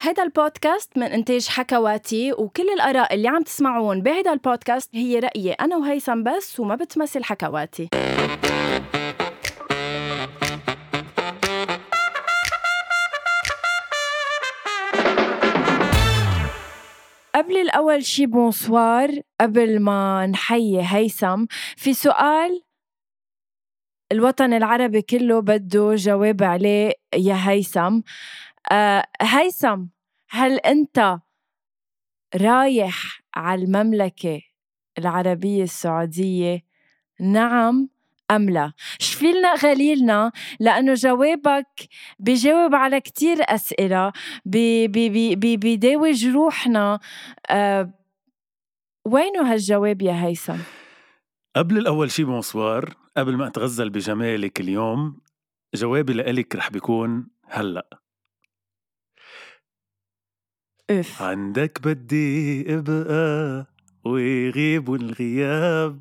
هيدا البودكاست من إنتاج حكواتي، وكل الآراء اللي عم تسمعون بهيدا البودكاست هي رأيي أنا وهيثم بس، وما بتمثل حكواتي. قبل الأول شي بونسوار، قبل ما نحيي هيثم، في سؤال الوطن العربي كله بده جواب عليه يا هيثم. هيثم، هل أنت رايح على المملكة العربية السعودية؟ نعم أم لا؟ شفيلنا غليلنا، لأنه جوابك بيجاوب على كتير أسئلة، بيداوي جروحنا. وينه هالجواب يا هيثم؟ قبل الأول شي بونسوار، قبل ما أتغزل بجمالك اليوم، جوابي لإلك رح بيكون هلأ. عندك بدي ابقى ويغيبوا الغياب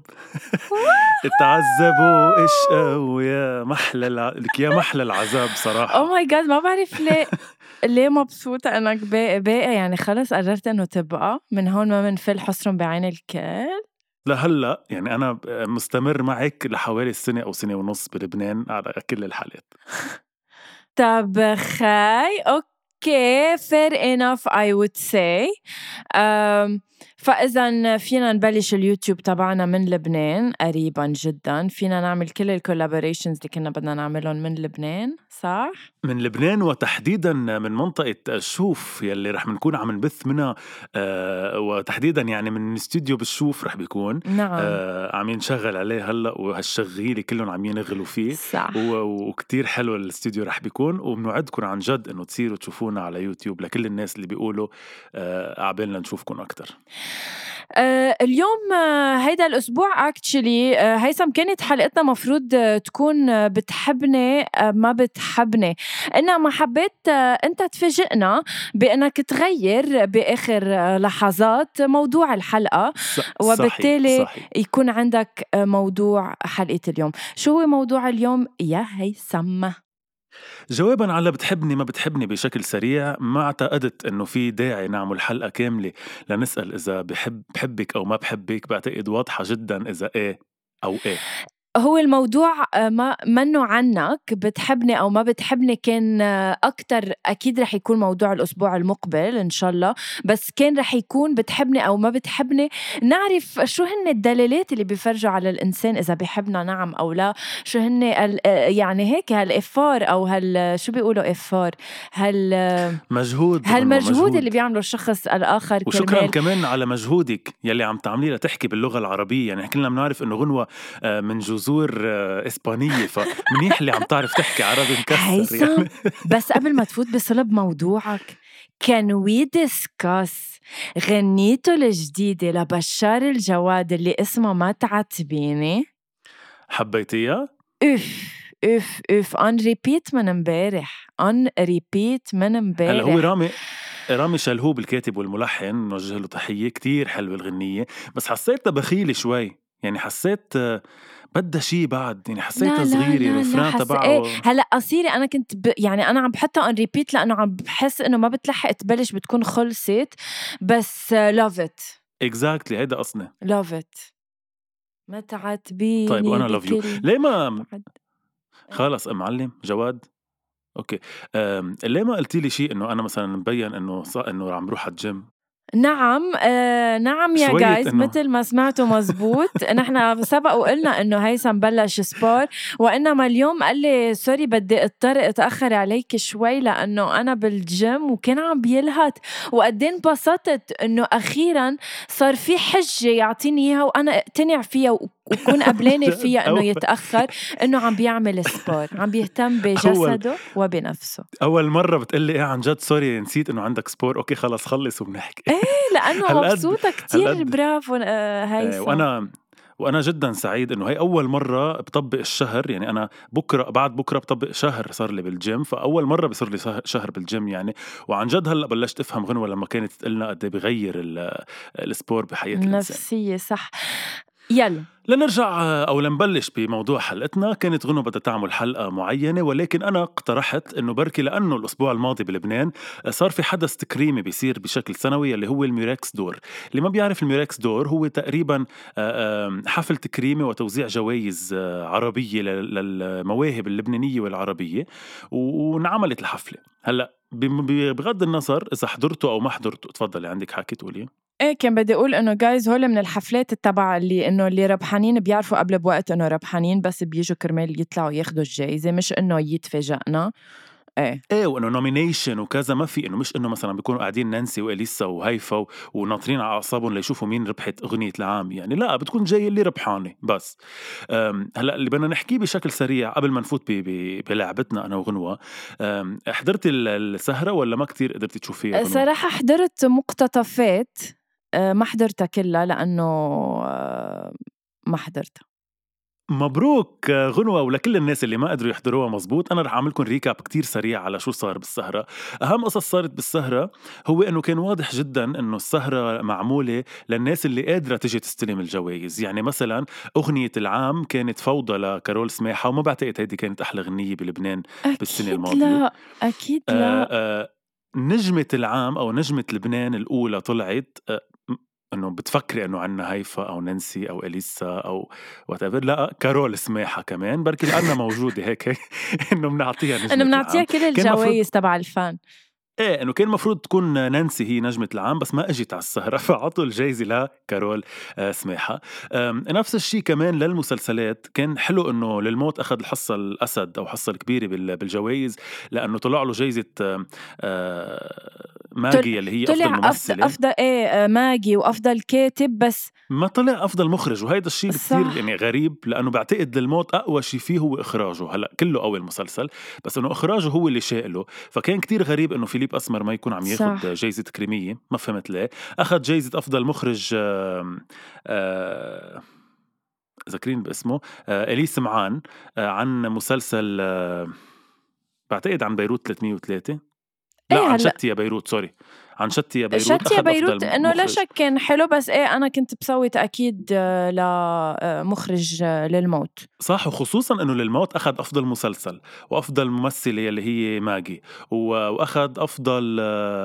اتعذبوا اشقوا يا محلى لك يا محلى العذاب صراحة. أوه ماي جاد، ما بعرف ليه مبسوطة أنك باقي، يعني خلص قررت أنه تبقى من هون ما منفل حصرهم بعين الكل. لهلأ يعني أنا مستمر معك لحوالي السنة أو سنة ونص بلبنان على كل الحالات. طب خاي أوكي fair enough I would say. فإذا فينا نبلش اليوتيوب تبعنا من لبنان قريبا جدا، فينا نعمل كل الكولابوريشنز اللي كنا بدنا نعملهم من لبنان، صح؟ من لبنان، وتحديدا من منطقة الشوف يلي رح نكون عم نبث منها، وتحديدا يعني من استوديو بالشوف رح بيكون. نعم. عم ينشغل عليه هلأ، وهالشغيلة كلهم عم ينغلوا فيه، صح. وكتير حلو الاستوديو رح بيكون، وبنوعدكم عن جد انه تصيروا تشوفونا على يوتيوب لكل الناس اللي بيقولوا عبالنا نشوفكم أكتر. اليوم هيدا الأسبوع actually هيثم كانت حلقتنا مفروض تكون بتحبني ما بتحبني، إنما حبيت أنت تفاجئنا بأنك تغير بآخر لحظات موضوع الحلقة، وبالتالي صحيح. يكون عندك موضوع حلقة اليوم. شو هو موضوع اليوم يا هيثم؟ جواباً على بتحبني ما بتحبني بشكل سريع، ما اعتقدت انه في داعي نعمل حلقة كاملة لنسأل اذا بحبك او ما بحبك. بعتقد واضحة جدا اذا ايه او ايه. هو الموضوع ما منه عنك بتحبني أو ما بتحبني، كان أكتر أكيد رح يكون موضوع الأسبوع المقبل إن شاء الله، بس كان رح يكون بتحبني أو ما بتحبني، نعرف شو هن الدلالات اللي بيفرجوا على الإنسان إذا بيحبنا نعم أو لا. شو هن يعني هيك هالإفار أو شو بيقولوا إفار، هالمجهود اللي بيعمله الشخص الآخر. وشكرا كمان على مجهودك يلي عم تعمليه لتحكي باللغة العربية. يعني كلنا بنعرف إنه غنوة من جزور إسبانية، فمنيح اللي عم تعرف تحكي عربي مكسر يعني. بس قبل ما تفوت بصلب موضوعك، can we discuss غنيته الجديدة لبشار الجواد اللي اسمه ما تعتبيني؟ حبيتيها؟ اف on repeat من امبارح، on repeat من امبارح. هلا هو رامي شلهوب الكاتب والملحن، نوجه له تحية. كتير حلوة الغنية، بس حسيتها بخيلة شوي، يعني حسيت بدها شي بعد، يعني حسيتها صغيرة الرفران تبعه. هلا قصيرة. أنا كنت يعني أنا عم بحطها on repeat لأنه عم بحس إنه ما بتلحق تبلش، بتكون خلصت، بس love it exactly هيدا أصلا love it. ما تعتبيني. طيب وأنا love you. ليه ما خلص معلم جواد؟ اوكي. ليه ما قلتي لي شيء انه انا مثلا مبين انه عم بروح على الجيم؟ نعم نعم يا جايز، مثل ما سمعتوا مزبوط. نحن سبق وقلنا انه هيثم بلش سبور، وانما اليوم قال لي سوري بدي اضطر اتاخر عليك شوي لانه انا بالجيم، وكان عم بيلهت. وقدين انبسطت انه اخيرا صار في حجه يعطيني اياها وانا اقتنع فيها وكون قبلاني فيها انه يتاخر، انه عم بيعمل سبور، عم بيهتم بجسده وبنفسه. اول مره بتقلي ايه عن جد سوري نسيت انه عندك سبور. اوكي خلص خلص وبنحكي. ايه لانه مبسوطه كتير. برافو هيثم. وانا جدا سعيد انه هي اول مره بطبق الشهر. يعني انا بعد بكره بطبق شهر صار لي بالجيم، فاول مره بصير لي شهر بالجيم يعني. وعن جد هلا بلشت افهم غنوة لما كانت تقلنا قد ايه بغير السبور بحياه الانسان. نفسيه صح. يلا لنرجع أو لنبلش بموضوع حلقتنا. كانت غنوة بدها تعمل حلقة معينة، ولكن أنا اقترحت إنه بركي لأنه الأسبوع الماضي بلبنان صار في حدث تكريمي بيصير بشكل سنوي اللي هو الميراكس دور. اللي ما بيعرف الميراكس دور هو تقريبا حفل تكريمي وتوزيع جوائز عربية للمواهب اللبنانية والعربية، ونعملت الحفلة. هلأ بغض النظر إذا حضرته أو ما حضرته، تفضلي عندك حكي تقولي. ايه كان بدي اقول انه جايز هول من الحفلات التبع اللي ربحانين بيعرفوا قبل بوقت انه ربحانين، بس بيجوا كرمال يطلعوا ياخدوا الجائزة، مش انه يتفاجئنا. ايه وانه نومينيشن وكذا، ما في انه مش انه مثلا بيكونوا قاعدين نانسي واليسا وهيفا وناطرين على اعصابهم ليشوفوا مين ربحت اغنية العام. يعني لا، بتكون جاي اللي ربحانه بس. هلا اللي بدنا نحكيه بشكل سريع قبل ما نفوت بلعبتنا انا وغنوة. حضرتي السهرة ولا ما كتير قدرتي تشوفيها؟ صراحة حضرت مقتطفات، ما حضرتها كلها لأنه ما حضرتها. مبروك غنوة ولكل الناس اللي ما قدروا يحضروها. مزبوط. أنا رح أعملكم ريكاب كتير سريع على شو صار بالسهرة. أهم قصص صارت بالسهرة هو أنه كان واضح جدا أنه السهرة معمولة للناس اللي قادرة تجي تستلم الجوائز. يعني مثلا أغنية العام كانت فوضى لكارول سماحة، وما بعتقد هيدي كانت أحلى غنية بلبنان بالسنة الماضية. لا أكيد لا. نجمة العام أو نجمة لبنان الأولى طلعت انه بتفكري انه عنا هيفا او نانسي او اليسا او whatever. لا، كارول سماحة كمان، بركي لأنها موجودة هيك انه بنعطيها نجمة انه بنعطيها كل الجوائز تبع الفان. ايه انه كان مفروض تكون نانسي هي نجمة العام، بس ما اجت على السهرة فعطوا الجايزة لكارول سماحة. نفس الشيء كمان للمسلسلات. كان حلو انه للموت اخذ الحصة الاسد او حصة الكبيرة بالجوائز، لانه طلع له جايزة ماجي اللي هي افضل ممثلة. افضل ماجي وافضل كاتب، بس ما طلع افضل مخرج. وهيدا الشيء كثير يعني غريب، لانه بعتقد للموت اقوى شيء فيه هو اخراجه. هلا كله قوي المسلسل، بس انه اخراجه هو اللي شايله. فكان كتير غريب انه فيليب اسمر ما يكون عم ياخد جايزة تكريمية. ما فهمت ليه. اخذ جايزة افضل مخرج ذاكرين باسمه اليس معان عن مسلسل بعتقد عن بيروت 303. لا عن شتي يا بيروت، سوري، عن شتي يا بيروت. شتي يا بيروت انه لا شك كان حلو، بس انا كنت بصوت اكيد لمخرج للموت. صح، وخصوصا انه للموت اخذ افضل مسلسل وافضل ممثلة اللي هي ماجي، واخذ افضل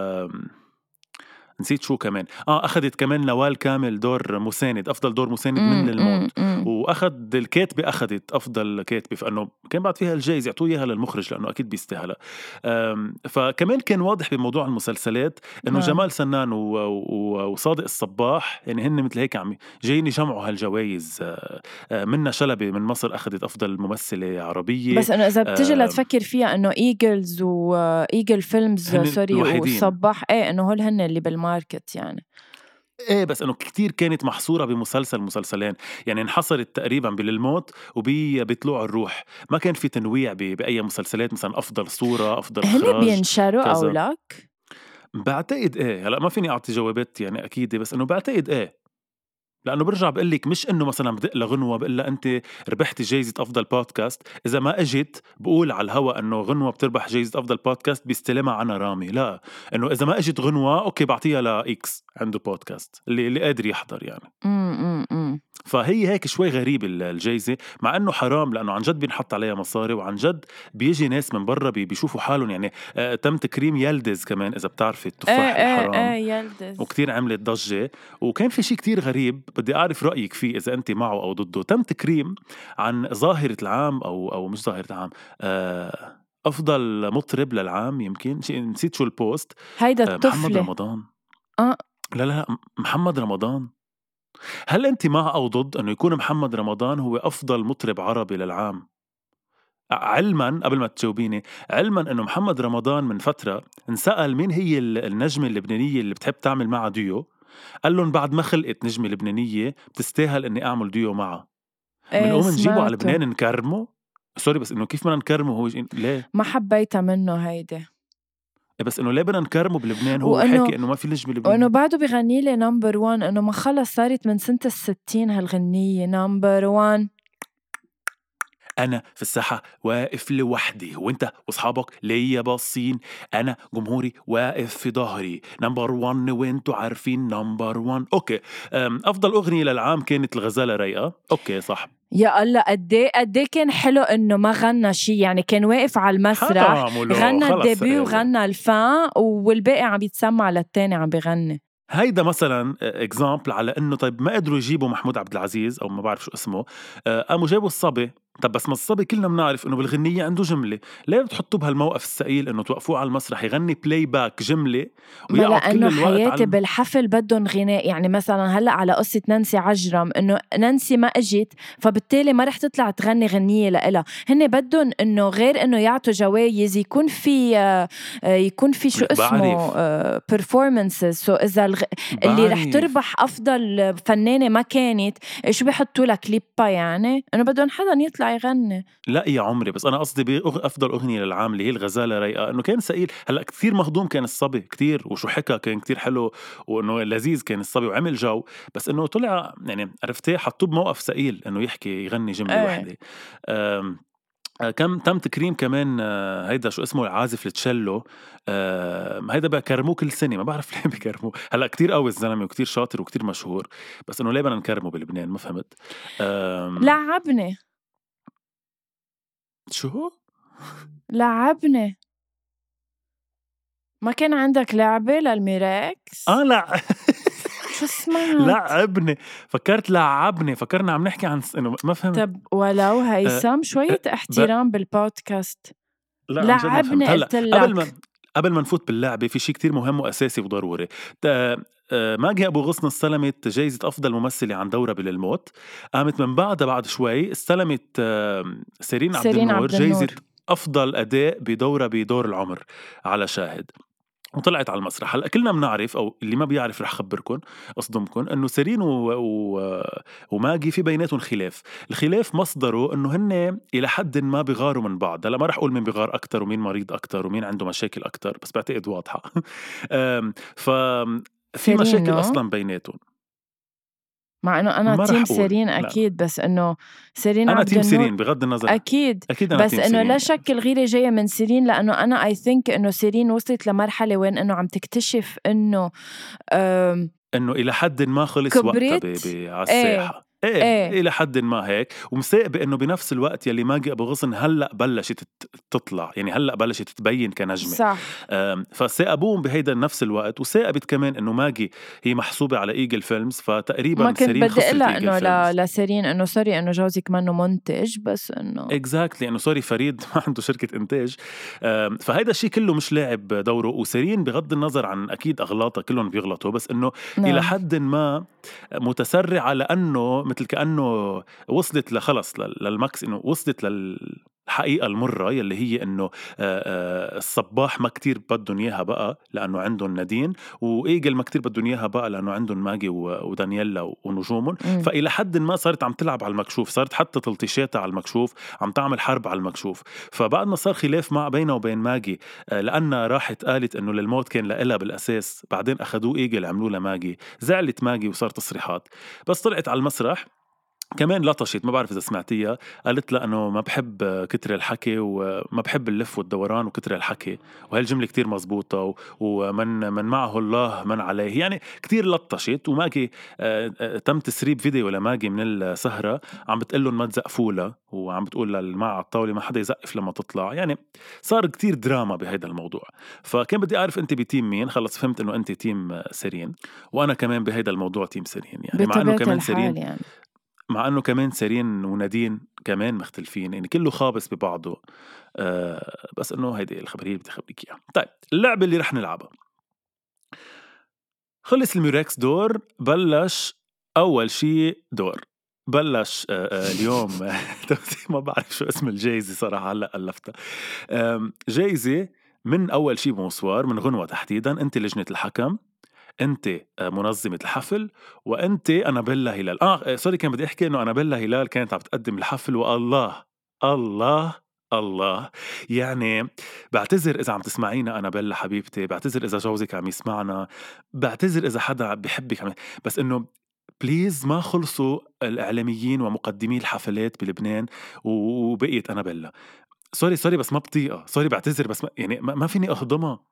نسيت شو كمان. أخذت كمان نوال كامل دور مساند، أفضل دور مساند من الموت. وأخذ الكاتبة، أخذت أفضل كاتبة. فأنه كان بعد فيها الجايزة يعطوه إياها للمخرج لأنه أكيد بيستاهلها. فكمان كان واضح بموضوع المسلسلات إنه جمال سنان وصادق الصباح يعني هن مثل هيك عم جايين يجمعوا هالجوائز. منى شلبي من مصر أخذت أفضل ممثلة عربية. بس إنه إذا بتجي لتفكر فيها إنه إيجلز وإيجل فيلمز والصباح إنه هول هن اللي بالماركت يعني. بس انه كتير كانت محصورة مسلسلين يعني، انحصرت تقريبا بالموت وبطلوع الروح. ما كان في تنويع بأي مسلسلات، مثلا افضل صورة، افضل اخراج. هن بينشروا او لك؟ بعتقد هلا ما فيني اعطي جوابات يعني اكيد، بس انه بعتقد لأنه برجع بقلك مش إنه مثلا بدق لغنوة بقلها أنت ربحتي جايزة أفضل بودكاست، إذا ما أجت بقول على الهوا إنه غنوة بتربح جايزة أفضل بودكاست بيستلمها عنا رامي. لا، إنه إذا ما أجت غنوة أوكي بعطيها لإكس عنده بودكاست اللي قادر يحضر يعني. فهي هيك شوي غريب الجايزة، مع إنه حرام لأنه عن جد بينحط عليها مصاري، وعن جد بيجي ناس من برا بيشوفوا حالهم يعني. تم تكريم يلدز كمان، إذا بتعرفي التفاح الحرام، يلدز، وكتير عملت ضجة. وكان في شيء كتير غريب بدي أعرف رأيك فيه إذا أنت معه أو ضده. تم تكريم عن ظاهرة العام أو مش ظاهرة العام، أفضل مطرب للعام، يمكن نسيت شو البوست. هيدا الطفلة محمد رمضان. لا محمد رمضان. هل أنت مع أو ضد أنه يكون محمد رمضان هو أفضل مطرب عربي للعام؟ علما قبل ما تجاوبيني، علما أنه محمد رمضان من فترة انسأل مين هي النجمة اللبنانية اللي بتحب تعمل معها ديو، قال لهم بعد ما خلقت نجمة لبنانية بتستاهل أني أعمل ديو معها. منقوم نجيبه على لبنان نكرمه. سوري، بس إنه كيف ما نكرمه هو ليه؟ ما حبيتها منه هيدا. بس إنه ليه بدنا نكرمه بلبنان؟ هو حكي إنه ما في نجمة لبنان، وإنه بعده بغني لي نمبر 1. إنه ما خلص صارت من سنة 60 هالغنية نمبر 1. أنا في الساحة واقف لوحدي وانت واصحابك ليا باصين، أنا جمهوري واقف في ظهري، نمبر 1 وانتوا عارفين نمبر 1. أوكي. أفضل أغنية للعام كانت الغزالة رايقة. أوكي صح. يا الله قديه كان حلو انه ما غنى شي، يعني كان واقف على المسرح غنى الديبي وغنى الفان والباقي عم يتسمع للتاني عم بيغني. هيدا مثلا اكزامبل على انه طيب ما قدروا يجيبوا محمود عبد العزيز او ما بعرف شو اسمه، قاموا جابوا الصبي. طب بس ما الصبي كلنا بنعرف انه بالغنية عنده جملة، ليه بتحطوا بهالموقف الثقيل انه توقفوه على المسرح يغني بلاي باك جملة ويقعد كل الوقت حياتي بالحفل بدهم غناء. يعني مثلا هلأ على قصة نانسي عجرم انه نانسي ما اجت فبالتالي ما رح تطلع تغني غنية لإلها، هن بدهم انه غير انه يعطوا جوايز يكون في شو اسمه performances. سو اذا اللي رح تربح افضل فنانة ما كانت شو بيحطوا لها كليبا، يعني انه بدهم حدا يطلع يغني. لا يا عمري، بس انا قصدي افضل اغنيه للعام اللي هي الغزاله رايقه، انه كان ثقيل. هلا كثير مهضوم كان الصبي كتير، وشو حكى كان كتير حلو وانه لذيذ كان الصبي وعمل جو، بس انه طلع يعني عرفتي حطوه بموقف ثقيل انه يحكي يغني جمله واحده. كم تم تكريم كمان هيدا شو اسمه العازف التشيلو، هيدا بكرموه كل سنة، ما بعرف ليه بكرموه. هلأ كتير قوي الزلمة وكتير شاطر وكتير مشهور، بس انه ليه بدنا نكرمه بلبنان ما فهمت. لعبني شو؟ لعبني ما كان عندك لعبة للميراكس؟ لا شو اسمها؟ لعبني، فكرت لعبني، فكرنا عم نحكي عن انه ما فهمت. طب ولو هيثم شوية احترام بالبودكاست. لا لعبني قلت لك. قبل ما نفوت باللعبة في شيء كتير مهم وأساسي وضروري. ماجي أبو غصن استلمت جايزة أفضل ممثلة عن دورة بالموت، قامت من بعدها بعد شوي استلمت سيرين عبد النور جايزة أفضل أداء بدور العمر على شاهد، وطلعت على المسرح. هلا كلنا بنعرف، او اللي ما بيعرف رح خبركم اصدمكم، انه سيرين وماجي في بيناتهم خلاف. الخلاف مصدره انه هن الى حد ما بيغاروا من بعض. هلا ما رح اقول مين بيغار اكتر ومين مريض اكتر ومين عنده مشاكل اكتر، بس بعتقد واضحه. ففي مشاكل اصلا بيناتهم، مع انه انا تيم سيرين اكيد. لا. بس انه سيرين انا تيم سيرين بغض النظر اكيد أنا بس انه لا شك الغيره جايه من سيرين، لانه انا اي ثينك انه سيرين وصلت لمرحله وين انه عم تكتشف انه الى حد ما خلص وقتها على الساحه. إيه إلى حد ما هيك، ومساقبة إنه بنفس الوقت يلي ماجي أبو غصن هلأ بلشت تطلع، يعني هلأ بلشت تبين كنجمة. صح. فساقبوهم بهيدا نفس الوقت، وساقبت كمان إنه ماجي هي محسوبة على إيجل فيلمز، فتقريبا ما كنت بدي إلا إنه لسيرين إنه سوري إنه جوزك منه منتج، بس إنه exactly إنه سوري فريد ما عنده شركة إنتاج. فهيدا الشيء كله مش لاعب دوره. وسيرين بغض النظر عن أكيد أغلاطها، كلهم بيغلطوا، بس إنه إلى حد ما متسرع، لأنه مثل كأنه وصلت لخلص للماكس، إنه وصلت للحقيقة المرة يلي هي إنه الصباح ما كتير بدهم إياها بقى لأنه عندهم نادين، وإيجل ما كتير بدهم إياها بقى لأنه عندهم ماجي ودانييلا ونجومهم. فإلى حد ما صارت عم تلعب على المكشوف، صارت حتى تلطيشاتها على المكشوف، عم تعمل حرب على المكشوف. فبعد ما صار خلاف بينه وبين ماجي، لأنها راحت قالت إنه للموت كان لإلها بالأساس، بعدين أخدوه إيجل عملوه لماجي، زعلت ماجي وصار تصريحات. بس طلعت على المسرح كمان لطشت، ما بعرف إذا سمعتيها، قالت له أنه ما بحب كتر الحكي وما بحب اللف والدوران وكتر الحكي، وهالجملة كتير مزبوطة، ومن معه الله من عليه، يعني كتير لطشت. وماجي تم تسريب فيديو لماجي من السهرة عم بتقلن ما تزقفولا، وعم بتقول للماء على الطاولة ما حدا يزقف لما تطلع. يعني صار كتير دراما بهذا الموضوع. فكان بدي أعرف أنت بتيم مين. خلص فهمت أنه أنت تيم سيرين، وأنا كمان بهذا الموضوع تيم سيرين. يعني مع أنه كمان سيرين يعني. مع أنه كمان سيرين ونادين كمان مختلفين، يعني كله خابص ببعضه. بس أنه هيدي الخبرية اللي بدي أخبرك إياها. طيب اللعبة اللي رح نلعبها، خلص الميراكس دور، بلش أول شيء دور بلش اليوم ما بعرف شو اسم الجايزة صراحة، هلأ ألفتها. جايزة من أول شيء بمصوار من غنوة تحديدا. أنت لجنة الحكم، أنت منظمة الحفل، وأنت أنابيلا هلال. سوري، كان بدي أحكي إنه أنابيلا هلال كانت عم تقدم الحفل، والله الله الله. يعني بعتذر إذا عم تسمعينا أنابيلا حبيبتي، بعتذر إذا جوزك عم يسمعنا، بعتذر إذا حدا بحبك بس إنه بليز ما خلصوا الإعلاميين ومقدمي الحفلات بلبنان وبقيت أنابيلا. سوري بس ما بطيقة، سوري بعتذر بس ما فيني أهضمها.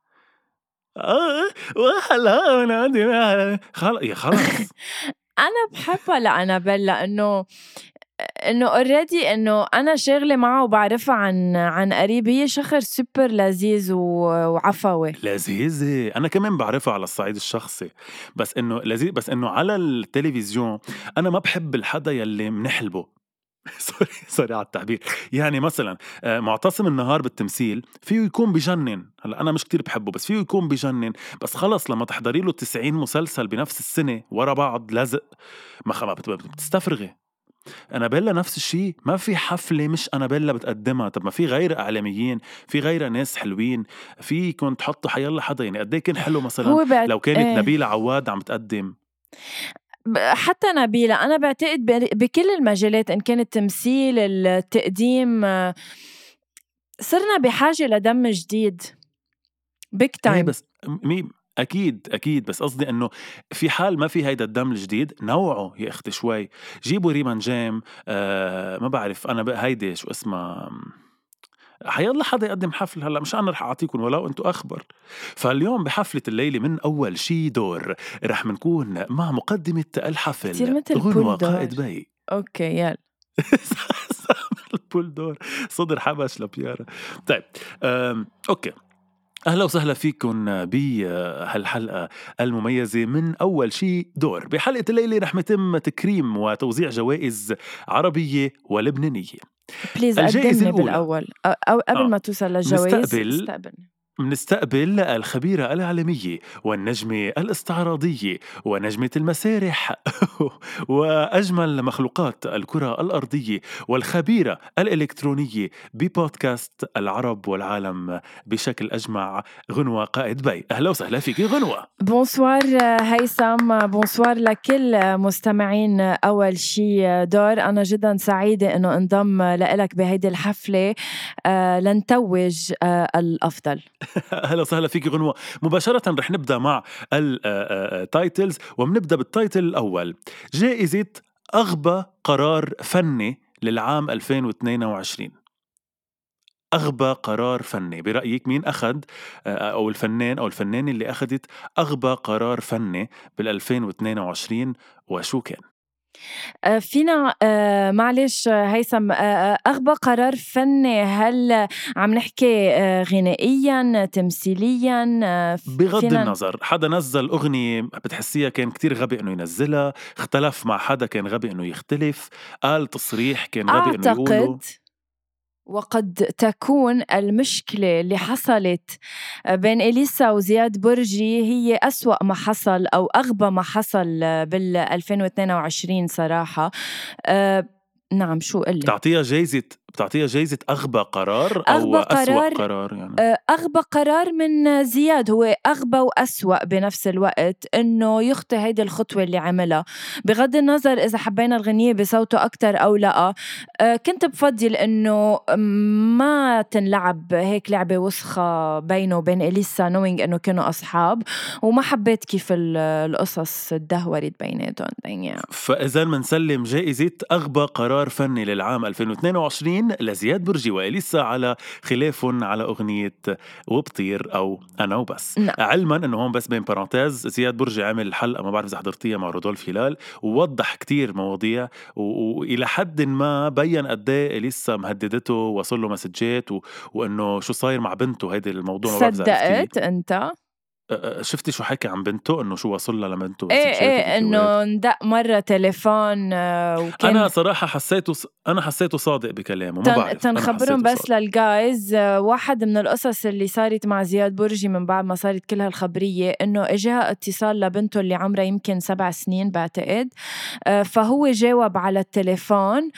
وهلا أنا عندي خلص. أنا بحبها لأنابيلا إنه already إنه أنا شاغلة معه وبعرفها عن قريب. هي شخر سوبر لذيذ وعفوي. لذيذة، أنا كمان بعرفها على الصعيد الشخصي، بس إنه لذيذ، بس إنه على التلفزيون أنا ما بحب الحدا يلي منحلبه. سوري على التعبير. يعني مثلا معتصم النهار بالتمثيل فيه يكون بجنن. هلا أنا مش كتير بحبه بس فيه يكون بجنن، بس خلص لما تحضري له 90 مسلسل بنفس السنة ورا بعض لازق ما بتستفرغي. أنابيلا نفس الشيء، ما في حفلة مش أنابيلا بتقدمها. طب ما في غير إعلاميين، في غير ناس حلوين، في كنت تحطوا حيالله حدا. يعني قد ايه كان حلو مثلا لو كانت نبيلة عواد عم تقدم. حتى نبيلة أنا بعتقد بكل المجالات، إن كانت تمثيل التقديم، صرنا بحاجة لدم جديد big time. بس أكيد بس قصدي أنه في حال ما في هيدا الدم الجديد نوعه يا أختي شوي. جيبوا ريمان جيم، ما بعرف أنا هيدي شو اسمها، حيالله حدا يقدم حفل. هلا مش أنا رح أعطيكم ولو أنتوا أخبر. فاليوم بحفلة الليلة من أول شي دور رح منكون مع مقدمة الحفل غنوة قائد بي. أوكي يلا. البول دور صدر حبش لبيارة. طيب أوكي، أهلا وسهلا فيكم بهالحلقة المميزة من أول شي دور. بحلقة الليلة رح يتم تكريم وتوزيع جوائز عربية ولبنانية. بليز قدمني بالأول أو قبل ما توصل للجوائز منستقبل الخبيرة الإعلامية والنجمة الاستعراضية ونجمة المسارح وأجمل مخلوقات الكرة الأرضية والخبيرة الإلكترونية ببودكاست العرب والعالم بشكل أجمع، غنوة قائد بي. أهلا وسهلا فيك غنوة. بونسوار هيثم، بونسوار لكل مستمعين أول شي دور. أنا جدا سعيدة أنه انضم لك بهيدي الحفلة لنتوج الأفضل. أهلا وسهلا فيك غنوة. مباشرة رح نبدأ مع التايتلز، ومنبدأ بالتايتل الأول: جائزة أغبى قرار فني للعام 2022. أغبى قرار فني، برأيك مين أخذ أو الفنان أو الفنانة اللي أخذت أغبى قرار فني بال2022 وشو كان؟ فينا معلش هيثم، أغبى قرار فني هل عم نحكي غنائيا تمثيليا؟ بغض النظر، حدا نزل أغنية بتحسيها كان كتير غبي إنه ينزلها، اختلف مع حدا كان غبي إنه يختلف، قال تصريح كان غبي إنه يقوله. وقد تكون المشكلة اللي حصلت بين إليسا وزياد برجي هي أسوأ ما حصل أو أغبى ما حصل بال2022 صراحة. نعم، شو قلت؟ بتعطيها جايزة أغبى قرار أو أسوأ قرار يعني. أغبى قرار من زياد، هو أغبى وأسوأ بنفس الوقت إنه يخطي هيدي الخطوة اللي عملها. بغض النظر إذا حبينا الغنية بصوته أكتر أو لا، كنت بفضل إنه ما تنلعب هيك لعبة وسخة بينه وبين إليسا نوينج إنه كانوا أصحاب، وما حبيت كيف القصص تدهورت بيناتهم يعني. فإذا منسلم جائزة أغبى قرار فني للعام 2022 لزياد برجي وإليسا على خلافهم على أغنية وبطير أو أنا وبس. علما أنه هون بس بين بارانتاز، زياد برجي عمل حلقة ما بعرف إذا حضرتيها مع رودولف هلال، ووضح كتير مواضيع وإلى حد ما بيّن قد ايه إليسا مهددته وصل له مسجات وإنه شو صاير مع بنته. هيدا الموضوع ما بعرف صدقت أنت؟ شفتي شو حكي عن بنته؟ انه شو وصل لها لبنته؟ ايه انه ندق مرة تليفون وكان انا صراحة حسيته صادق بكلامه. ما بعرف، تنخبرهم بس للجايز. واحد من القصص اللي صارت مع زياد برجي من بعد ما صارت كل هالخبرية انه اجاها اتصال لبنته اللي عمرها يمكن 7 سنين بعتقد، فهو جاوب على التليفون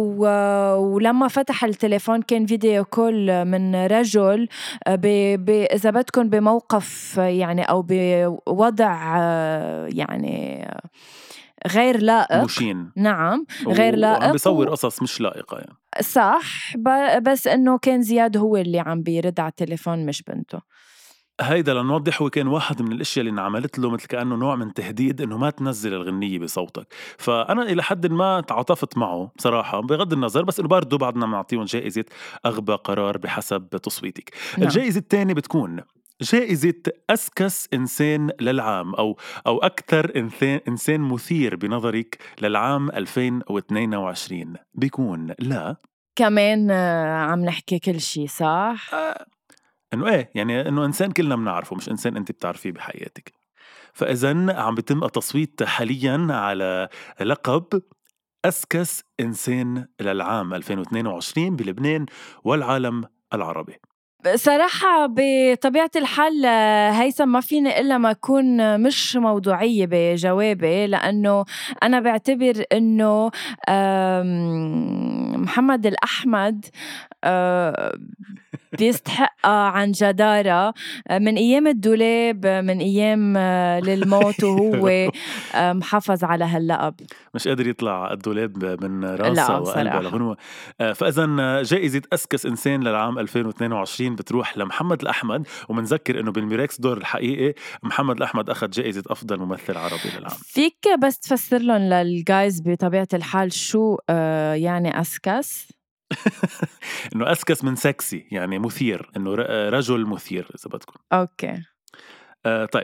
ولما فتح التليفون كان فيديو كول من رجل إذا بدكن بموقف يعني أو بوضع يعني غير لائق، مشين. نعم غير لائق، عم بيصور قصص مش لائقة يعني. صح، بس إنه كان زياد هو اللي عم بيرد على التليفون مش بنته. هيدا لنوضح هو كان واحد من الاشياء اللي انعملت له مثل كأنه نوع من تهديد انه ما تنزل الغنية بصوتك. فانا الى حد ما تعاطفت معه بصراحة بغض النظر، بس انه برضه بعدنا بنعطيهم جائزة اغبى قرار بحسب تصويتك. الجائزة الثانية بتكون جائزة أسكس إنسان للعام أو أكثر إنسان مثير بنظرك للعام 2022. بيكون لا كمان عم نحكي كل شيء صح؟ إنه إيه يعني إنه إنسان كلنا بنعرفه، مش إنسان أنت بتعرفيه بحياتك. فإذن عم بيتم التصويت حاليا على لقب أسكس إنسان للعام 2022 بلبنان والعالم العربي. صراحة بطبيعة الحال هيثم ما فيني إلا ما أكون مش موضوعية بجوابي، لأنه أنا بعتبر أنه محمد الأحمد بيستحقها عن جدارة من أيام الدولاب، من أيام للموت وهو محافظ على هاللقب. مش قادر يطلع الدولاب من راسه وقلبه لغنوة. فإذن جائزة أسكس إنسان للعام 2022 بتروح لمحمد الأحمد. ومنذكر إنه بالميراكس دور الحقيقي محمد الأحمد أخذ جائزة أفضل ممثل عربي للعام. فيك بس تفسر لهم للجايز بطبيعة الحال شو يعني أسكس؟ إنه أسكس من سكسي يعني مثير، إنه رجل مثير إذا بدكم. أوكي. طيب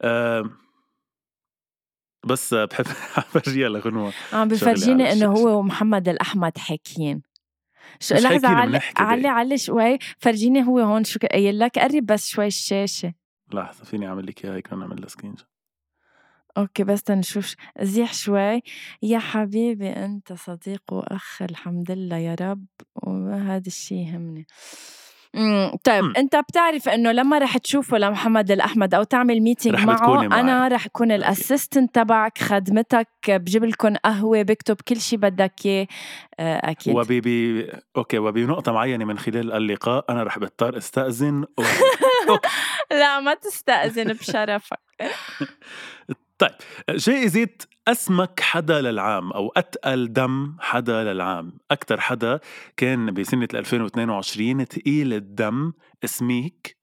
بس بحب فرجيها لغنوة. عم بفرجيني إنه هو ومحمد الأحمد حاكيين. شو لحظة علي شوي، فرجيني هو هون شو قايل لك. قرب بس شوي الشاشة. لحظة فيني أعمل لك إياها هيك نعمل لها سكرين شوت. اوكي بس تنشوف زيح شوي. يا حبيبي انت صديق واخ الحمد لله يا رب، وهذا الشيء يهمني. طيب انت بتعرف انه لما رح تشوفه لمحمد الأحمد او تعمل ميتينج معه انا رح اكون الاسيستنت تبعك، خدمتك، بجيب لكم قهوه، بكتب كل شيء بدك اياه. اكيد. اوكي وبنقطه معينه من خلال اللقاء انا رح بضطر استأذن لا ما تستأذن بشرفك. طيب جائزة أسمك حدا للعام أو أتقل دم حدا للعام. أكتر حدا كان بسنة 2022 تقيل الدم اسميك.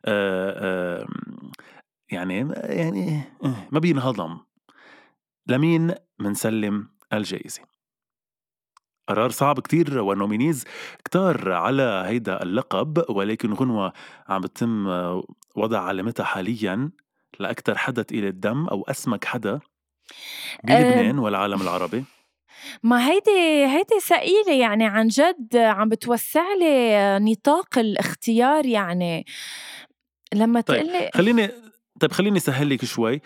يعني ما بينهضم. لمين منسلم الجائزة؟ قرار صعب كتير ونومينيز كتار على هيدا اللقب، ولكن غنوة عم بتم وضع علامتها حالياً لأكتر حدا تقيل الدم أو أسمك حدا بلبنان والعالم العربي. ما هيدي ثقيلة يعني عن جد، عم بتوسع لي نطاق الاختيار يعني لما تقلي. خليني سهل لك شوي.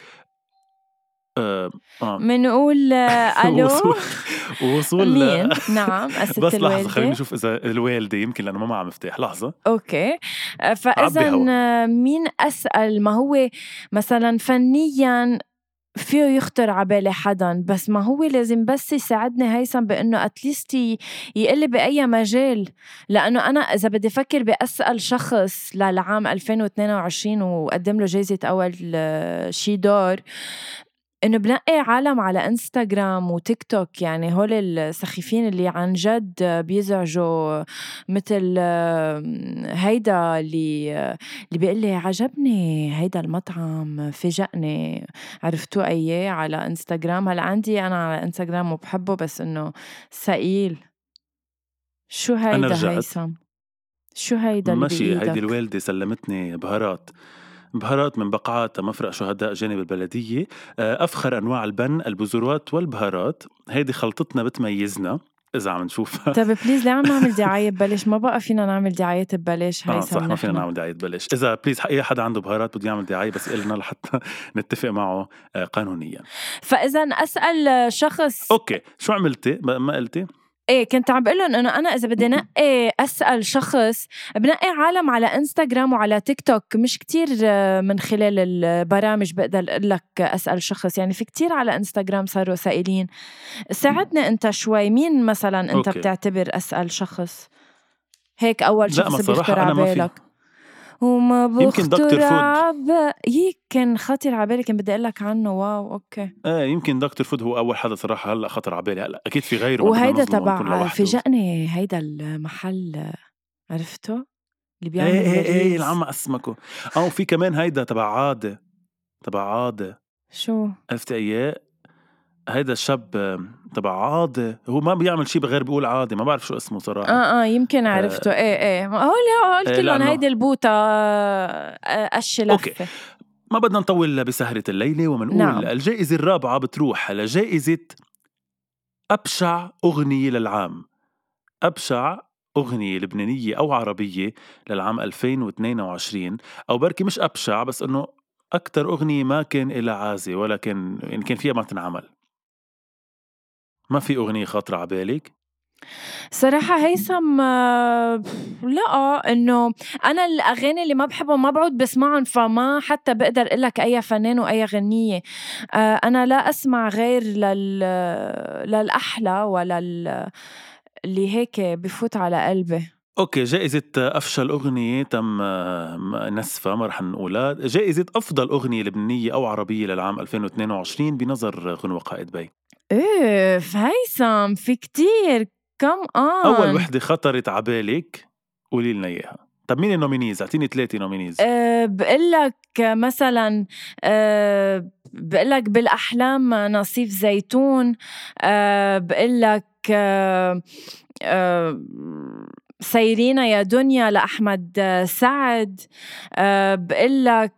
منقول ألو وصول مين؟ نعم بس لحظة خليني نشوف إذا الوالدة يمكن لأنه ما معها مفتاح. لحظة أوكي. فإذا مين أسأل؟ ما هو مثلا فنيا فيه يخطر عبالي حدا، بس ما هو لازم بس يساعدني هيثم بأنه أتليست يقلي بأي مجال، لأنه أنا إذا بدي فكر بأسأل شخص للعام 2022 وقدم له جايزة أول شي دور، إنه بنقي عالم على إنستغرام وتيك توك، يعني هول السخيفين اللي عن جد بيزعجوا، مثل هيدا اللي بيقلي عجبني هيدا المطعم فاجأني، عرفتوا أيه على إنستغرام؟ هلا عندي أنا على إنستغرام وبحبه بس إنه ثقيل. شو هيدا هيثم؟ شو هيدا اللي ماشي بإيدك؟ هيدي الوالدة سلمتني بهارات من بقعات مفرق شهداء جانب البلدية. أفخر أنواع البن، البذورات والبهارات. هيدي خلطتنا بتميزنا إذا عم نشوفها. طيب بليز لا عم نعمل دعاية ببلاش، ما بقى فينا نعمل دعاية ببلاش هيثم. صح ما فينا نعمل دعاية ببلاش. إذا بليز أي حدا عنده بهارات بده يعمل دعاية بس قلنا لحتى نتفق معه قانونيا. فإذا أسأل شخص. أوكي شو عملتي؟ ما قلتي؟ ايه كنت عم بقول لهم انه انا اذا بدي نقي اسال شخص بنقي عالم على انستغرام وعلى تيك توك، مش كتير من خلال البرامج بقدر اقول لك اسال شخص، يعني في كتير على انستغرام صاروا سائلين. ساعدني انت شوي، مين مثلا انت أوكي. بتعتبر اسال شخص هيك اول شخص بيخطر على بالك؟ وما بخطر يمكن خاطر على بالي، كان بدي اقول لك عنه. واو اوكي. يمكن دكتور فود هو اول حدا صراحه هلا خطر على بالي. هلا اكيد في غيره، وهيدا تبع فاجأني هيدا المحل، عرفته اللي بيعمل ايه العم اسمكو. في كمان هيدا تبع عادة شو عرفتي اياه؟ هيدا الشاب تبع عادة، هو ما بيعمل شي غير بيقول عادي، ما بعرف شو اسمه صراحة. يمكن عرفته. ايه هول كلهم هيدي البوطة قش لفة. اوكي، ما بدنا نطول بسهرة الليلة، ومنقول الجائزة الرابعة بتروح لجائزة أبشع أغنية للعام. أبشع أغنية لبنانية أو عربية للعام 2022، أو بركي مش أبشع، بس إنه أكتر أغنية ما كان إلها عازة ولا كان إن كان فيها ما تنعمل. ما في أغنية خاطرة عبالك؟ صراحة هيثم لا، إنه أنا الأغاني اللي ما بحبهم ما بعود بسمعهم، فما حتى بقدر أقولك أي فنان وأي غنية. أنا لا أسمع غير للأحلى ولا اللي هيك بفوت على قلبي. أوكي، جائزة أفشل أغنية تم نسفها، ما رح نقولها. جائزة أفضل أغنية لبنانية أو عربية للعام 2022 بنظر غنوة قائتباي. إيه هيثم، في كتير أول وحدة خطرت عبالك قولي لنا إياها. طب مين النومينيز؟ اعطيني 3 نومينيز. بقلك مثلا بقلك بالأحلام نصيف زيتون. بقلك سيرينا يا دنيا لأحمد سعد. بقلك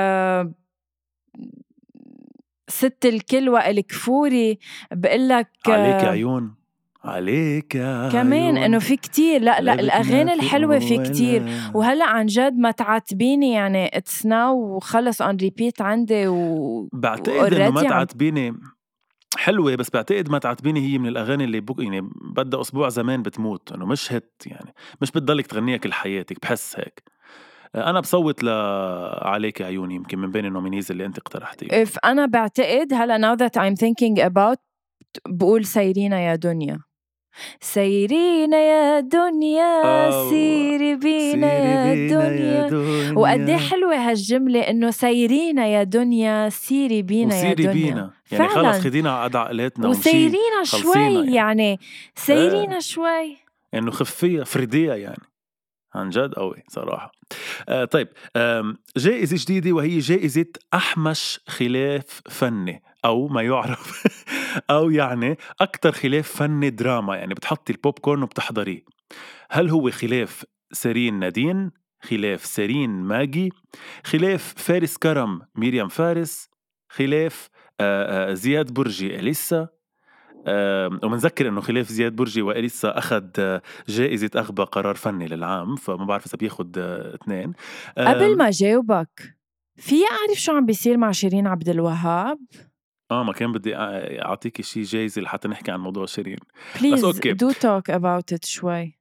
ست الكل وائل كفوري. بقلك عليك عيون، عليك كمان عيون. انه في كتير. لا الاغاني الحلوه في كتير. وهلا عن جد ما تعاتبيني، يعني اتس ناو وخلص اون ريبيت عندي بعتقد انه ما تعاتبيني حلوه، بس بعتقد ما تعاتبيني هي من الاغاني اللي يعني بدها اسبوع زمان بتموت، انه مش هت، يعني مش بتضلك تغنيها كل حياتك. بحس هيك. انا بصوت عليك عيوني يمكن من بين النومينيز اللي انت اقترحتيه. انا بعتقد هلا now that I'm thinking about بقول سيرينا يا دنيا. سيرينا يا دنيا سيري بينا يا دنيا. وقد ايه حلوه هالجمله، انه سيرينا يا دنيا سيري بينا يا دنيا بينا. يعني خلص خدينا على عقلاتنا وسيرينا شوي يعني سيرينا شوي، انه خفية فردية يعني عن جد قوي صراحة. طيب، جائزة جديدة وهي جائزة أحمش خلاف فني، أو ما يعرف أو يعني أكتر خلاف فني دراما، يعني بتحطي البوب كورن وبتحضريه. هل هو خلاف سيرين نادين، خلاف سيرين ماجي، خلاف فارس كرم ميريام فارس، خلاف زياد برجي إليسا؟ ومنذكر انه خلاف زياد برجي وإليسا اخذ جائزة اغبى قرار فني للعام، فما بعرف اذا بياخد 2. قبل ما جاوبك، في اعرف شو عم بيصير مع شيرين عبد الوهاب؟ ما كان بدي اعطيكي شي جايزة لحتى نحكي عن موضوع شيرين. Please do talk about it شوي.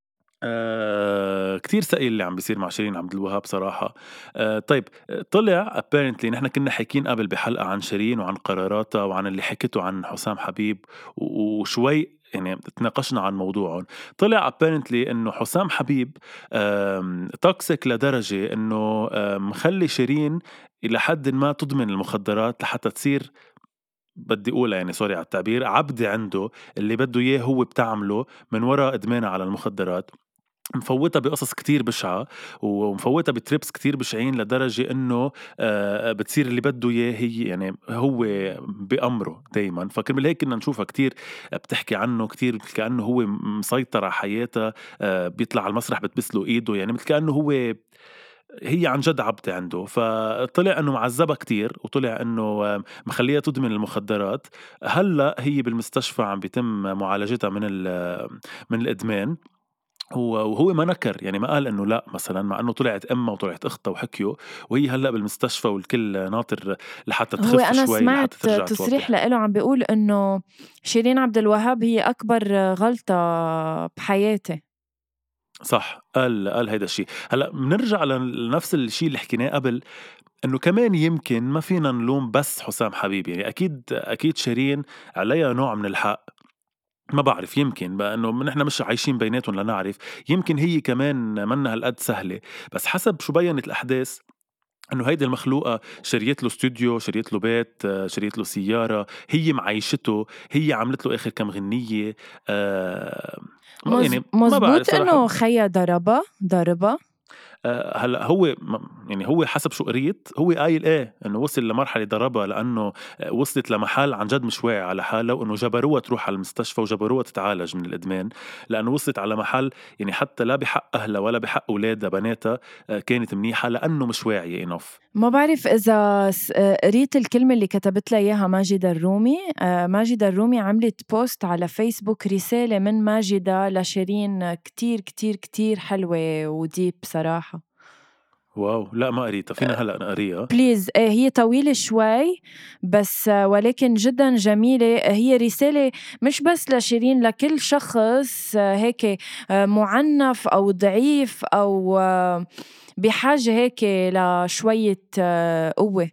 كتير ثقيل اللي عم بيصير مع شيرين عبد الوهاب صراحة. طيب، طلع apparently نحن كنا حاكين قبل بحلقة عن شيرين وعن قراراتها وعن اللي حكيته عن حسام حبيب وشوي يعني تناقشنا عن موضوعهم. طلع apparently انه حسام حبيب توكسيك لدرجة انه مخلي شيرين الى حد ما تدمن المخدرات لحتى تصير، بدي أقول يعني سوري على التعبير، عبد عنده اللي بده إياه هو بتعمله من وراء إدمانه على المخدرات. مفوتها بقصص كتير بشعة ومفوتها بتريبس كتير بشعين لدرجة إنه بتصير اللي بده إياه هي يعني هو بأمره دايما. فكرمال هيك كنا نشوفها كتير بتحكي عنه كتير كأنه هو مسيطر على حياتها. بيطلع على المسرح بتبسله إيده، يعني مثل كأنه هي عن جد عبدة عنده. فطلع انه معذبة كتير، وطلع انه مخليها تدمن المخدرات. هلا هي بالمستشفى عم بيتم معالجتها من الادمان. وهو ما نكر، يعني ما قال انه لا مثلا، مع انه طلعت امها وطلعت اختها وحكيوا، وهي هلا بالمستشفى والكل ناطر لحتى تخف شوي. أنا سمعت تصريح له عم بيقول انه شيرين عبد الوهاب هي اكبر غلطة بحياتي. صح، قال هيدا الشيء. هلا بنرجع لنفس الشيء اللي حكيناه قبل، انه كمان يمكن ما فينا نلوم بس حسام حبيب، يعني اكيد شيرين عليها نوع من الحق. ما بعرف، يمكن بقى انه نحن مش عايشين بيناتهم لنعرف، يمكن هي كمان منها هالقد سهلة. بس حسب شو بينت الاحداث انه هيدي المخلوقة شريت له استوديو، شريت له بيت، شريت له سيارة، هي معيشته، هي عملت له اخر كم غنية. يعني مزبوط انه خيا ضربة هلا هو يعني هو حسب شو قريت هو قايل ايه انه وصل لمرحله ضربها لانه وصلت لمحل عن جد مش واعي على حالها، وانه جبروها تروح على المستشفى وجبروها تتعالج من الادمان، لانه وصلت على محل يعني حتى لا بحق اهلها ولا بحق اولادها بناتها كانت منيحه لانه مش واعيه انف. ما بعرف إذا قريت الكلمة اللي كتبت لها إياها ماجدة الرومي. ماجدة الرومي عملت بوست على فيسبوك رسالة من ماجدة لشيرين كتير كتير كتير حلوة وديب صراحة. واو، لا ما قريتها، فينا هلأ نقريها بليز. هي طويلة شوي بس ولكن جدا جميلة. هي رسالة مش بس لشيرين، لكل شخص هيك معنف أو ضعيف أو بحاجة هيك لشوية قوة.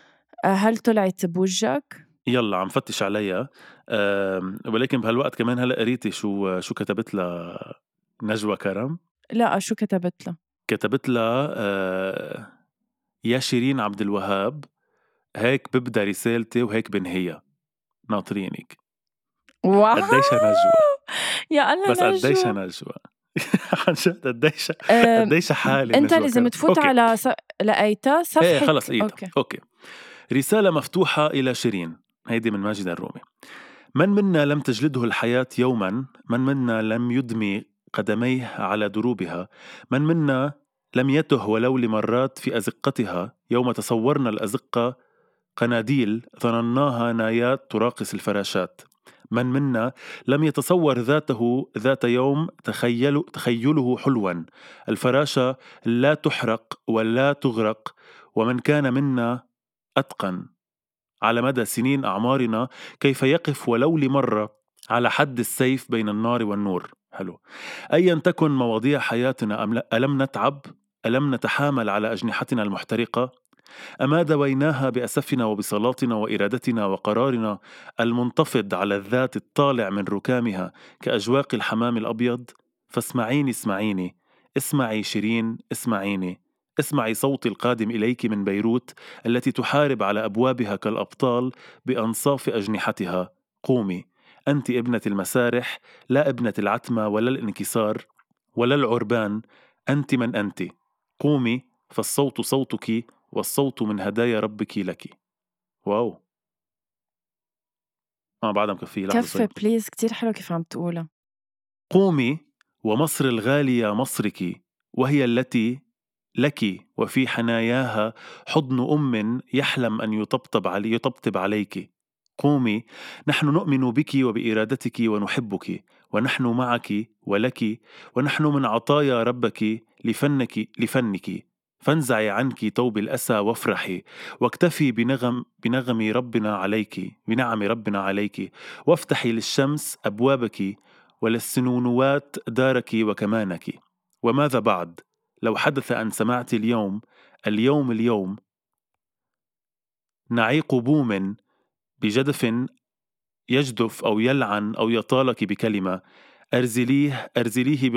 هل طلعت بوجهك؟ يلا عم فتش عليها. ولكن بهالوقت كمان هلأ قريتي شو كتبت لها نجوى كرم؟ لا، شو كتبت له؟ كتبت لها يا شيرين عبد الوهاب، هيك ببدأ رسالتي وهيك بنهيها، ناطرينك. واو قديش نجوى، يا الله بس قديش نجوى. نجوى عن جد قديش حالي انت نجوى لازم كرم. تفوت أوكي. على لقيتها ايه صفحة. خلص لقيتها. اوكي. اوكي. رسالة مفتوحة إلى شيرين، هيدي من ماجد الرومي. من منا لم تجلده الحياة يوما، من منا لم يدمي قدميه على دروبها، من منا لم يته ولو لمرات في أزقتها، يوم تصورنا الأزقة قناديل ظنناها نايات تراقص الفراشات، من منا لم يتصور ذاته ذات يوم تخيله حلوا، الفراشة لا تحرق ولا تغرق، ومن كان منا أتقن على مدى سنين أعمارنا كيف يقف ولو لمرة على حد السيف بين النار والنور. حلو. أيا تكن مواضيع حياتنا ألم نتعب؟ ألم نتحامل على أجنحتنا المحترقة؟ أما دويناها بأسفنا وبصلاتنا وإرادتنا وقرارنا المنتفض على الذات الطالع من ركامها كأجواق الحمام الأبيض؟ فاسمعيني اسمعيني، اسمعي شيرين اسمعيني، اسمعي صوتي القادم إليك من بيروت التي تحارب على أبوابها كالأبطال بأنصاف أجنحتها. قومي، أنت ابنة المسارح، لا ابنة العتمة ولا الانكسار ولا العربان، أنت من أنت. قومي، فالصوت صوتك والصوت من هدايا ربك لك. واو، بعدها مكفيه، لحظة كفي شوي. بليز، كتير حلو كيف عم تقولها. قومي، ومصر الغالية مصرك، وهي التي لك وفي حناياها حضن أم يحلم أن يطبطب عليك. قومي، نحن نؤمن بك وبإرادتك ونحبك، ونحن معك ولك، ونحن من عطايا ربك لفنك. فانزعي عنك توب الأسى وافرحي، واكتفي بنعم ربنا عليك، وافتحي للشمس أبوابك وللسنونوات دارك وكمانك. وماذا بعد لو حدث أن سمعت اليوم نعيق بوم بجدف يجدف أو يلعن أو يطالك بكلمة، أرزليه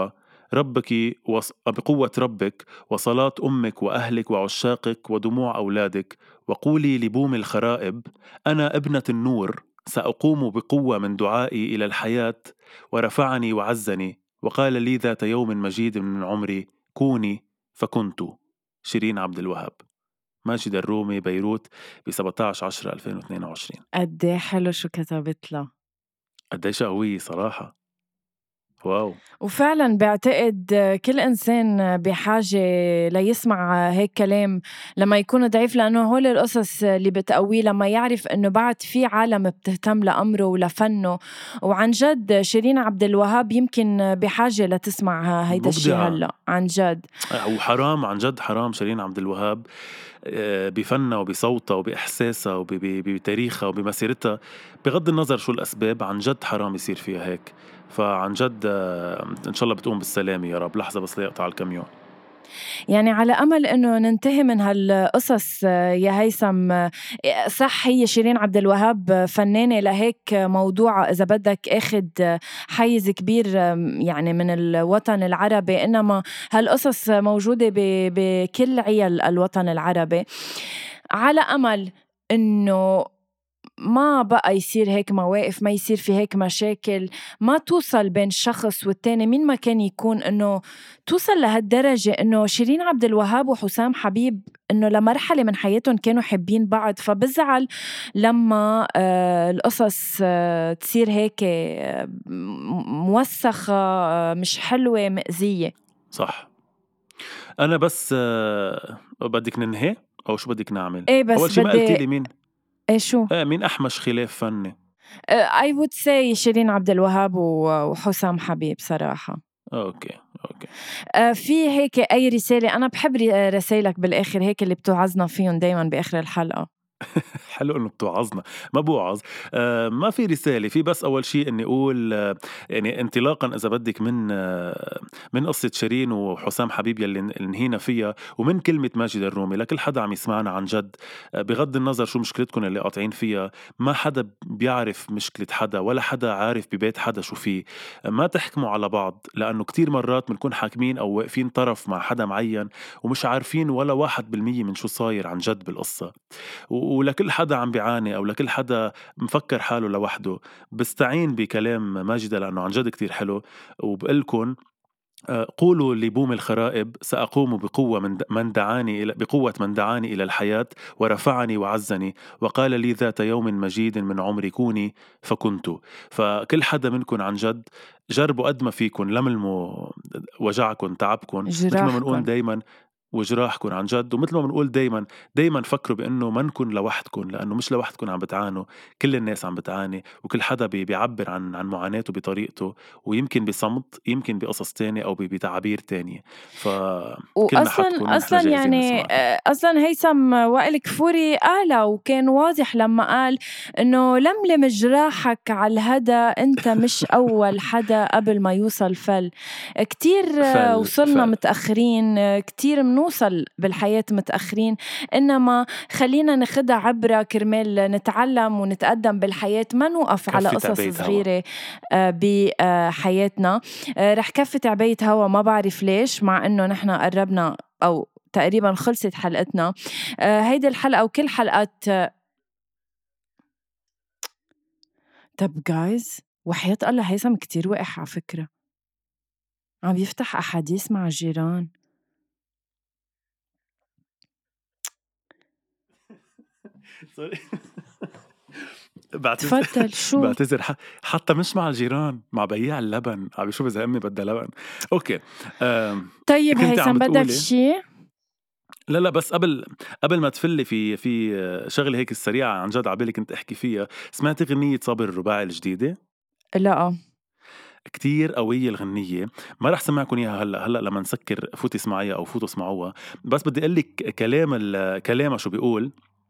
بقوة ربك وصلاة أمك وأهلك وعشاقك ودموع أولادك، وقولي لبوم الخرائب: أنا ابنة النور، سأقوم بقوة من دعائي إلى الحياة، ورفعني وعزني وقال لي ذات يوم مجيد من عمري: كوني، فكنت. شيرين عبد الوهاب. ماجد الرومي، بيروت، ب17/10/2022. قديه حلو شو كتبت له. قديش قوية صراحة. واو. وفعلا بعتقد كل إنسان بحاجة ليسمع هيك كلام لما يكون ضعيف، لأنه هول القصص اللي بتقويه لما يعرف أنه بعد في عالم بتهتم لأمره ولفنه. وعن جد شيرين عبد الوهاب يمكن بحاجة لتسمع هيدا الشيء هلأ عن جد. وحرام، عن جد حرام شيرين عبد الوهاب بفنها وبصوتها وبإحساسها وبتاريخها وبمسيرتها، بغض النظر شو الأسباب، عن جد حرام يصير فيها هيك. فعن جد إن شاء الله بتقوم بالسلامة يا رب. لحظة بس ليقطع الكاميون. يعني على أمل إنه ننتهي من هالقصص يا هيثم. صح، هي شيرين عبد الوهاب فنانة لهيك موضوع إذا بدك أخد حيز كبير يعني من الوطن العربي، إنما هالقصص موجودة بكل عيال الوطن العربي. على أمل إنه ما بقى يصير هيك مواقف، ما يصير في هيك مشاكل، ما توصل بين الشخص والتاني مين ما كان يكون إنه توصل لهالدرجة إنه شيرين عبد الوهاب وحسام حبيب إنه لمرحلة من حياتهم كانوا حابين بعض. فبزعل لما القصص تصير هيك موسخة، مش حلوة، مأزية. صح. أنا بس بدك ننهي أو شو بدك نعمل؟ إيه بس أول شي ما قلتي لي مين؟ إيه شو؟ مين أحمش خلاف فني؟ I would say شيرين عبد الوهاب وحسام حبيب صراحة. أوكي. في هيك أي رسالة؟ أنا بحب رسائلك بالآخر هيك اللي بتوعظنا فيهم دايما بآخر الحلقة. حلو انه بتوعظنا. ما بوعظ. ما في رسالة، في بس اول شيء اني اقول يعني انطلاقا اذا بدك من قصة شيرين وحسام حبيب يلي انهينا فيها، ومن كلمة ماجد الرومي لكل حدا عم يسمعنا عن جد، بغض النظر شو مشكلتكم اللي قاطعين فيها، ما حدا بيعرف مشكلة حدا ولا حدا عارف ببيت حدا شو فيه. ما تحكموا على بعض، لانه كتير مرات بنكون حاكمين او واقفين طرف مع حدا معين ومش عارفين ولا 1% من شو صاير عن جد بالقصة. ولكل حدا عم بيعاني أو لكل حدا مفكر حاله لوحده بستعين بكلام ماجدة لأنه عن جد كتير حلو، وبقلكن قولوا لبوم الخرائب سأقوم بقوة بقوة من دعاني إلى الحياة ورفعني وعزني وقال لي ذات يوم مجيد من عمري كوني فكنت. فكل حدا منكن عن جد جربوا قد ما فيكن لملموا وجعكن تعبكن مثل ما بنقول دايما وجراحكن عن جد، ومثل ما بنقول دايما فكروا بأنه ما نكون لوحدكن، لأنه مش لوحدكن عم بتعانوا، كل الناس عم بتعاني وكل حدا بيعبر عن معاناته بطريقته، ويمكن بصمت، يمكن بقصص تانية أو بتعابير تانية. فكل ما حدكن أصلا يعني أصلا هيثم وائل كفوري قال وكان واضح لما قال إنه لملم جراحك على الهدى، أنت مش أول حدا قبل ما يوصل كتير وصلنا متأخرين، كتير منوصل بالحياة متأخرين، إنما خلينا ناخدها عبرة كرمال نتعلم ونتقدم بالحياة، ما نوقف على قصص صغيرة بحياتنا. رح كفة عباية هوا، ما بعرف ليش، مع إنه نحن قربنا أو تقريبا خلصت حلقتنا. هيدي الحلقة وكل حلقات. طب جايز، وحياة الله هيثم كتير وقح على فكرة، عم يفتح أحاديث مع الجيران. تفضل. شو بعتذر حتى مش مع الجيران، مع بياع اللبن عم يشوف إذا أمي بدها لبن. أوكي. طيب هيثم بدك شي؟ لا بس قبل ما تفلي في شغله هيك السريعة عن جد عبالي كنت أحكي فيها. سمعتي غنية صابر الرباعي الجديدة؟ لا كتير قوية الغنية، ما رح سمعكم إياها هلأ لما نسكر فوتي اسمعيها أو فوتوا اسمعوها، بس بدي أقلك كلامها شو بيقول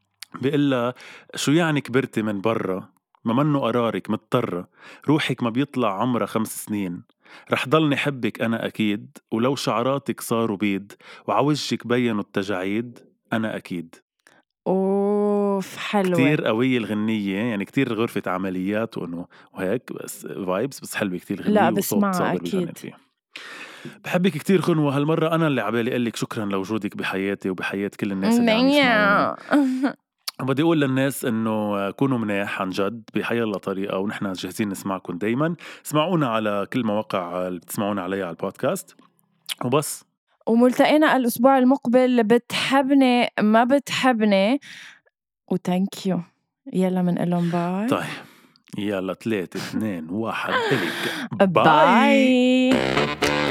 شو يعني كبرتي من برا، ما منو قرارك مضطرة، روحك ما بيطلع عمرها 5 سنين، رح ضلني حبك أنا أكيد، ولو شعراتك صاروا بيض وعوجك بينوا التجاعيد أنا أكيد. أوف حلوة كتير قوية الغنية، يعني كتير غرفة عمليات وهيك بس فايبس، بس حلوة كتير الغنية. لا بسمعها أكيد. بحبك كتير خنوة. هالمرة أنا اللي عبالي قلك شكرا لوجودك بحياتي وبحياة كل الناس اللي عم يسمعونا. بدي أقول للناس إنه كونوا مناح عن جد بحي الله طريقة، ونحن جاهزين نسمعكم دايما. اسمعونا على كل مواقع اللي بتسمعونا عليها على البودكاست وبس. وملتقينا الأسبوع المقبل. بتحبني ما بتحبني وتانك يو. يلا منقلهم باي. طيب يلا 3 2 1 إليك باي.